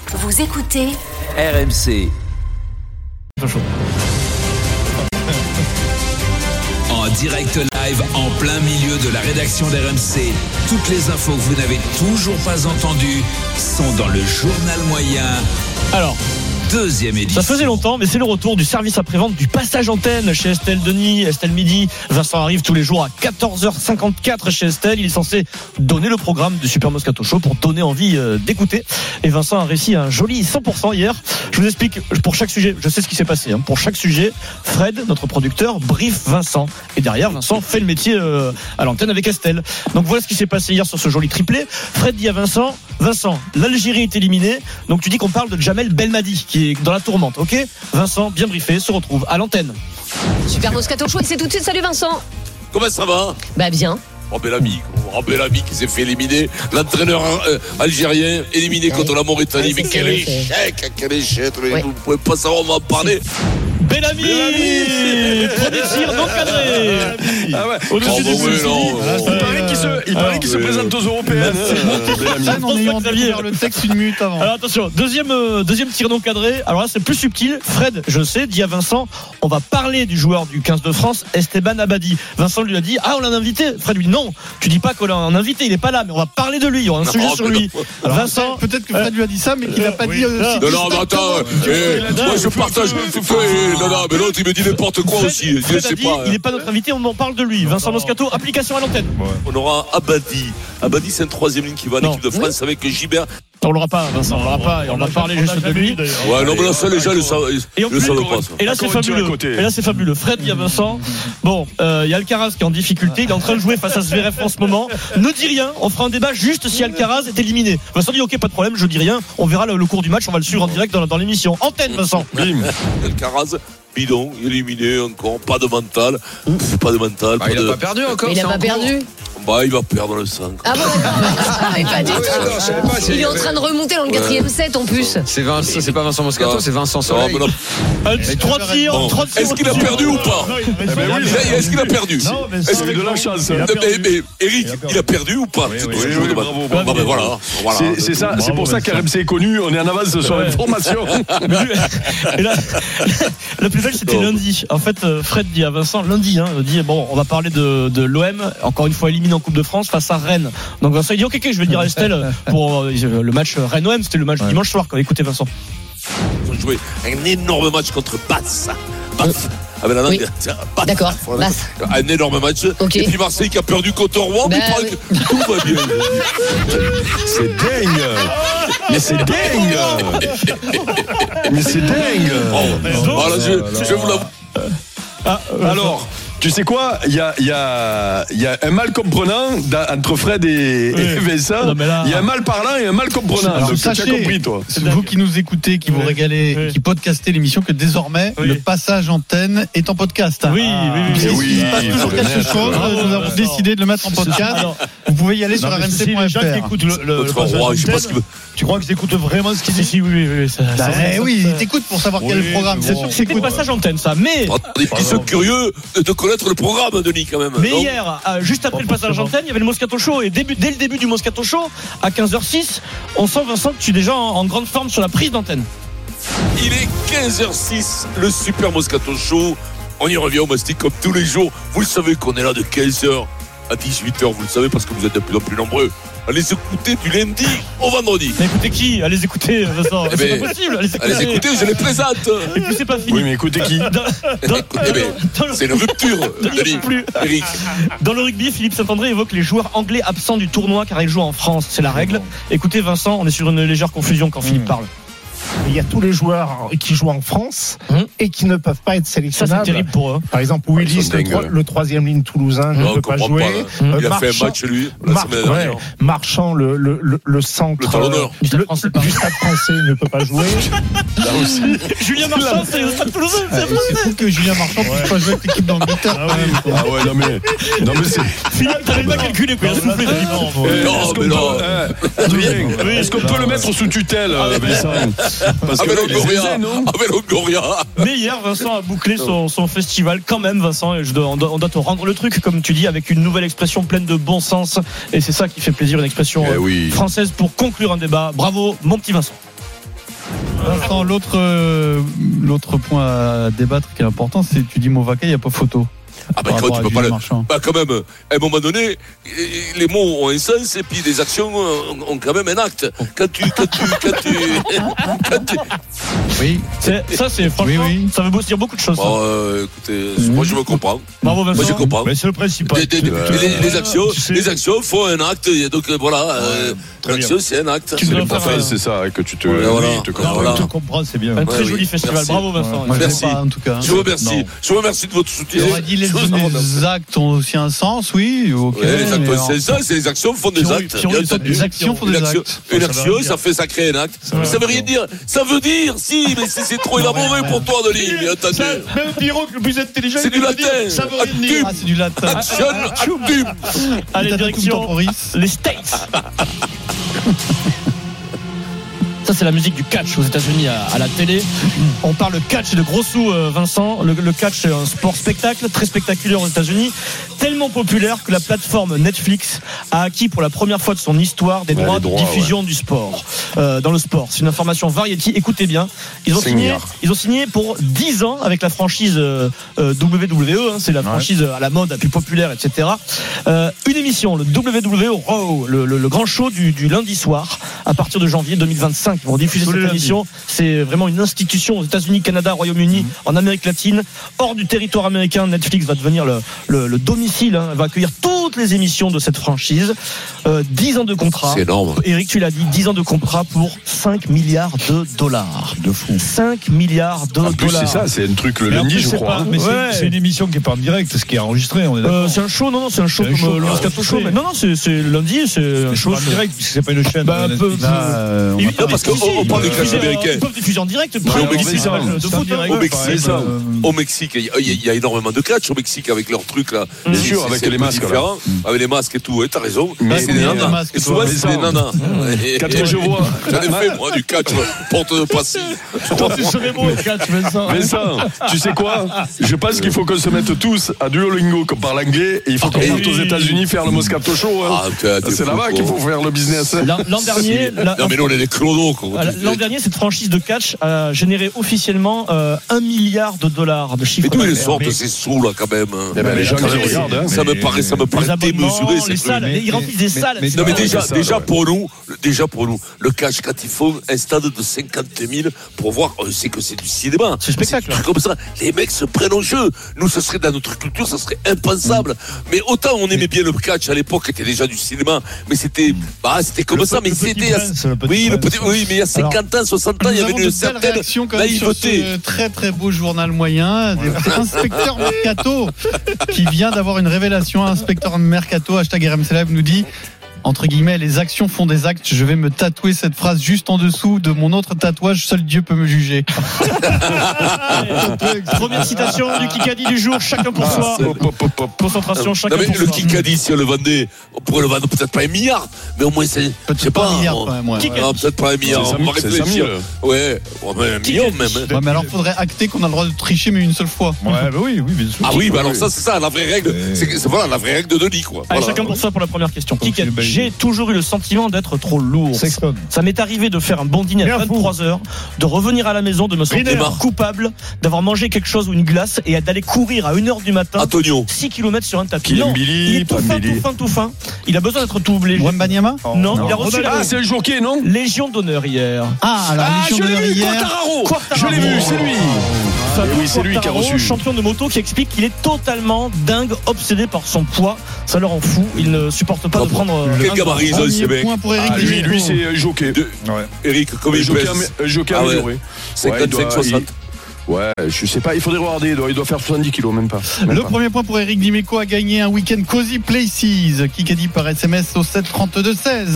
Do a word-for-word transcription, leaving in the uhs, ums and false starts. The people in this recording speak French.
Vous écoutez R M C. En direct live, en plein milieu de la rédaction d'R M C. Toutes les infos que vous n'avez toujours pas entendues sont dans le journal moyen. Alors, deuxième édition. Ça faisait longtemps, mais c'est le retour du service après-vente du passage antenne chez Estelle Denis, Estelle Midi. Vincent arrive tous les jours à quatorze heures cinquante-quatre chez Estelle. Il est censé donner le programme du Super Moscato Show pour donner envie euh, d'écouter. Et Vincent a réussi un joli cent pour cent hier. Je vous explique pour chaque sujet. Je sais ce qui s'est passé. Hein. Pour chaque sujet, Fred, notre producteur, brief Vincent. Et derrière, Vincent fait le métier euh, à l'antenne avec Estelle. Donc voilà ce qui s'est passé hier sur ce joli triplé. Fred dit à Vincent, Vincent, l'Algérie est éliminée. Donc tu dis qu'on parle de Jamel Belmadi qui est dans la tourmente, ok ? Vincent, bien briefé, se retrouve à l'antenne. Super Moscato Show, et c'est tout de suite. Salut Vincent. Comment ça va ? Bah bien. Oh Bellamy, oh Bellamy qui s'est fait éliminer, l'entraîneur euh, algérien éliminé contre la Mauritanie. Mais quel échec, quel échec, oui. Vous pouvez pas savoir, on va en parler. Bellamy, premier tir non cadré. Ah ouais. Au-dessus du oui, non. Il paraît qu'il se, il paraît qu'il se présente aux Européennes. On a eu en découvert le texte une minute avant. Alors attention, deuxième euh, deuxième tir non cadré. Alors là c'est plus subtil. Fred, je sais, dit à Vincent, on va parler du joueur du quinze de France, Esteban Abadi. Vincent lui a dit, ah on l'a invité. Fred lui dit non, tu dis pas qu'on l'a invité, il est pas là, mais on va parler de lui. Il y aura un non, sujet sur lui. Alors, Vincent, peut-être que Fred lui a dit ça, mais qu'il n'a pas dit. Non non, non attends, moi je partage. Non, non, mais l'autre il me dit n'importe quoi Fred, aussi. Fred je sais dit, pas. Il n'est pas notre invité, on en parle de lui. Vincent Moscato, application à l'antenne. Ouais. On aura Abadi. Abadi, c'est une troisième ligne qui va en équipe de France oui. avec Gilbert. On l'aura pas, Vincent, on l'aura pas. Et on va parler juste de lui. Ouais, non, mais là, ça, les gens le savent. Et en plus, et là, c'est fabuleux. Et là, c'est fabuleux. Fred, il y a Vincent. Bon, euh, il y a Alcaraz qui est en difficulté. Il est en train de jouer face à Zverev en ce moment. Ne dis rien. On fera un débat juste si Alcaraz est éliminé. Vincent dit, ok, pas de problème, je dis rien. On verra le, le cours du match. On va le suivre en direct dans, dans l'émission. Antenne, Vincent. Bim. Alcaraz. Bidon, éliminé encore, pas de mental, Pff, pas de mental. Bah, pas il a de... pas perdu encore. Mais il a pas encore. perdu. Bah, il va perdre le cinq. Ah bon, ah, pas du tout. Ah, non, il est en train de remonter dans le quatrième ouais. set en plus. C'est, Vincent, c'est pas Vincent Moscato, non. c'est Vincent Soleil. Non, non. trois tirs, bon. trois tirs. Est-ce qu'il a perdu ou pas eh ben oui, Est-ce qu'il a perdu non, mais Est-ce qu'il a de la chance mais, mais, Eric, il a perdu ou pas oui, oui, oui, oui, bravo, bravo. Bah, ben, voilà, voilà. C'est, c'est, ça, c'est pour ça qu'R M C est connu, on est en avance sur l'information. Et là, la plus belle, c'était lundi. En fait, Fred dit à Vincent, lundi, hein, dit bon, on va parler de, de l'O M, encore une fois éliminé en Coupe de France face à Rennes. Donc Vincent il dit ok, ok, je vais le dire à Estelle pour euh, le match Rennes-O M, c'était le match ouais. dimanche soir. Quand écoutez Vincent. Ils ont joué un énorme match contre Basse. Basse. Ah ben là, oui. Basse. D'accord. Basse. Un énorme match. Okay. Et puis Marseille qui a perdu contre Rouen. Ben, mais oui. Tout va bien. C'est dingue. Mais c'est dingue. Mais c'est dingue. Oh, voilà, je, je vous l'avoue. Ah, alors, tu sais quoi, il y a, y, a, y a un mal comprenant entre Fred et, oui. et Vincent. Il là... y a un mal parlant et un mal comprenant. Alors, donc, sachez, tu as compris, toi. C'est vous qui nous écoutez, qui vous oui. régalez, oui. qui podcastez l'émission, que désormais, oui. le passage antenne est en podcast. Oui, ah, oui, oui. Et oui, s'il se passe toujours quelque chose, nous avons décidé de le mettre en podcast. Vous pouvez y aller sur R M C point F R. Tu crois qu'ils écoutent vraiment ce qu'ils disent ? Si, oui, oui. Ça, bah, ça, ça, oui, ça, ils t'écoutent pour savoir oui, quel programme. C'est sûr que c'est le passage antenne, ça. Mais. Ils sont curieux de connaître le programme, Denis, quand même. Mais non hier, euh, juste après le passage antenne, il y avait le Moscato Show. Et début, dès le début du Moscato Show, à quinze heures six, on sent, Vincent, que tu es déjà en, en grande forme sur la prise d'antenne. Il est quinze heures six, le Super Moscato Show. On y revient au Mastic comme tous les jours. Vous le savez qu'on est là de quinze heures à dix-huit heures. Vous le savez parce que vous êtes de plus en plus nombreux. Allez écouter du lundi au vendredi. Mais écoutez qui ? Allez écouter, Vincent. Eh c'est ben, pas possible. Allez écouter. Allez écouter, je les présente. Et puis c'est pas fini. Oui, mais écoutez qui ? dans, dans, eh ben, dans le... C'est une rupture, Denis. Eric. Dans le rugby, Philippe Saint-André évoque les joueurs anglais absents du tournoi car ils jouent en France. C'est la règle. Écoutez, Vincent, on est sur une légère confusion quand mmh. Philippe parle. Il y a tous les joueurs qui jouent en France hum. et qui ne peuvent pas être sélectionnables. Ça, c'est terrible pour eux. Par exemple, Willis, le, tro- le troisième ligne toulousain, ne peut pas jouer. Pas, hein. Il euh, a Marchand, fait un match, lui, la Mar- semaine dernière. Ouais, Marchand, le, le, le, le centre le talonneur du Stade français, français ne peut pas jouer. Là aussi. Julien Marchand, c'est le Stade toulousain. C'est, c'est fou que Julien Marchand puisse ouais. pas jouer avec l'équipe d'Angleterre. Ah, ouais. ah ouais, non mais, non mais c'est. Philippe, t'avais pas calculé, quoi. Soufflé. Non, mais non. Est-ce qu'on peut le mettre sous tutelle, Vincent ? Parce que Longoria, avec Longoria. Mais hier, Vincent a bouclé son, son festival quand même, Vincent. Et je dois, on, doit, on doit te rendre le truc, comme tu dis, avec une nouvelle expression pleine de bon sens. Et c'est ça qui fait plaisir, une expression eh oui. française pour conclure un débat. Bravo, mon petit Vincent. Vincent, l'autre, euh, l'autre point à débattre qui est important, c'est tu dis Movaca, il n'y a pas photo. Ah ben quand tu peux pas le... bah quand même, à un moment donné, les mots ont un sens et puis les actions ont quand même un acte. Quand tu, quand tu, quand tu, quand tu... Oui, c'est, ça c'est franchement, oui, oui. Ça veut dire beaucoup de choses. Bon, euh, écoutez, mmh. moi je me comprends. Bravo Vincent. Moi je comprends. Mais c'est le principal. Des, des, ouais. les, les actions, tu sais. Les actions font un acte. Donc voilà, ouais, euh, l'action c'est un acte. C'est le parfait, c'est ça que tu te, ouais, voilà. te comprends. Voilà. Tu comprends, c'est bien. Un très joli festival. Bravo Vincent. Merci. En tout cas. Je vous remercie. Je vous remercie de votre soutien. Les actes ont aussi un sens, oui. Okay, ouais, les actes ont un sens, c'est les actions font des actes. Les actions font des actes. Une action, ça fait ça crée un acte. Ça, ça veut rien dire. Ça veut dire, si, mais c'est, c'est trop élaboré pour toi, Denis. Mais attendez. Même Pierrot, le plus intelligent, c'est du latin. Ça veut rien dire. Ah, c'est du latin. Action, actum. Allez, direction les States. Ça, c'est la musique du catch aux États-Unis à, à la télé. On parle catch et de gros sous, euh, Vincent. Le, le catch, c'est un sport spectacle, très spectaculaire aux États-Unis. Tellement populaire que la plateforme Netflix a acquis pour la première fois de son histoire des ouais, droits, droits de diffusion ouais. du sport. Euh, dans le sport. C'est une information Variety. Écoutez bien. Ils ont, signé, ils ont signé pour dix ans avec la franchise euh, W W E. Hein, c'est la franchise ouais. à la mode, la plus populaire, et cetera. Euh, une émission, le W W E Raw, le, le, le grand show du, du lundi soir, à partir de janvier deux mille vingt-cinq. Pour diffuser cette émission, c'est vraiment une institution aux États-Unis, Canada, Royaume-Uni, mmh. en Amérique latine, hors du territoire américain. Netflix va devenir le, le, le domicile, hein, va accueillir toutes les émissions de cette franchise. Euh, dix ans de contrat. C'est énorme. Eric, tu l'as dit, dix ans de contrat pour cinq milliards de dollars. De fou. cinq milliards de en plus, dollars. C'est ça, c'est un truc le lundi, je crois. Pas, mais ouais. c'est, c'est une émission qui n'est pas en direct, c'est ce qui est enregistré. On est euh, c'est un show, non, non, c'est un show c'est comme un show, le Moscato Show. Mais non, non, c'est, c'est le lundi, c'est un show en direct, puisque c'est pas une chaîne. Bah, peu, là, euh, on non, parce qu'on parle de clash américain. Ils peuvent diffuser en direct. Au Mexique, au Mexique, au Mexique, il y a énormément de catch au Mexique avec leurs trucs là. Bien sûr, avec les masques. Avec les masques et tout. T'as raison. Mais c'est des nanas. Et souvent, c'est des nanas. Quand je vois. J'en ai fait moi du catch, porte de passif. Tu serais beau le catch, Vincent. Vincent, tu sais quoi? Je pense qu'il faut qu'on se mette tous à Duolingo qu'on parle anglais et il faut qu'on parte aux États-Unis faire le Moscato Show. C'est là-bas qu'il faut faire le business. L'an dernier. Non, mais nous, on est des clodos. L'an dernier, cette franchise de catch a généré officiellement euh, un milliard de dollars de chiffre d'affaires. Mais d'où ils sortent ces sous là quand même? Eh ben, les gens qui regardent, hein. Ça me paraît, ça me paraît démesuré. Les salles, ils remplissent des salles. Non mais déjà, déjà pour nous, déjà pour nous, le catch quand il faut un stade de cinquante mille pour voir, on sait que c'est du cinéma. C'est spectacle. C'est comme ça. Les mecs se prennent au jeu. Nous, ça serait dans notre culture, ça serait impensable. Mais autant on aimait bien le catch à l'époque, c'était déjà du cinéma, mais c'était, bah, c'était comme ça, mais c'était, oui, le petit, oui, mais il y a cinquante ans, soixante ans, il y avait une certaine naïveté. Très très beau journal moyen, inspecteur Mercato qui vient d'avoir une révélation. Inspecteur Mercato, hashtag R M C Live, nous dit entre guillemets, les actions font des actes. Je vais me tatouer cette phrase juste en dessous de mon autre tatouage. Seul Dieu peut me juger. Première citation du Kikadi du jour. Chacun pour soi. Concentration, chacun non, mais pour le soi. Le Kikadi, si on le vendait, on pourrait le vendre peut-être pas un milliard, mais au moins c'est, peut-être je sais pas, pas un milliard on, quand même. Ouais. Non, peut-être pas un milliard. C'est on va réfléchir. Ouais, on va un million même. Ouais, mais alors faudrait acter qu'on a le droit de tricher, mais une seule fois. Ouais, bah oui, oui, bien sûr. Ah oui, bah alors ça, c'est ça, la vraie règle. C'est, c'est voilà, la vraie règle de Denis, quoi. Allez, chacun pour soi pour la première question. Kikadi, j'ai toujours eu le sentiment d'être trop lourd. Sexton. Ça m'est arrivé de faire un bon dîner à vingt-trois heures, de revenir à la maison, de me sentir coupable, d'avoir mangé quelque chose ou une glace et d'aller courir à une heure du matin. Antonio. six kilomètres sur un tapis. Non, il est tout fin, tout fin, tout fin. Il a besoin d'être tout oublié. Wembanyama oh, non, non, il a reçu ah, la... c'est le jockey, non? Légion d'honneur hier. Ah, alors ah, Légion d'honneur hier. Quartararo. Quartararo. Je l'ai vu, c'est lui. Ça oui, c'est lui qui a reçu. Champion de moto qui explique qu'il est totalement dingue, obsédé par son poids. Ça le rend fou. Il ne supporte pas non, de prendre. Quel gabarit, ce mec. Point pour Eric. Ah, lui, lui, c'est jockey. De... Ouais. Eric, comme il jockey, jockey ah amélioré. cinquante-cinq soixante. Ouais, je sais pas, il faudrait regarder, il doit, il doit faire soixante-dix kilos, même pas. Même le pas. Premier point pour Eric Dimeco a gagné un week-end Cozy Places, qui a dit par S M S au sept trente-deux seize.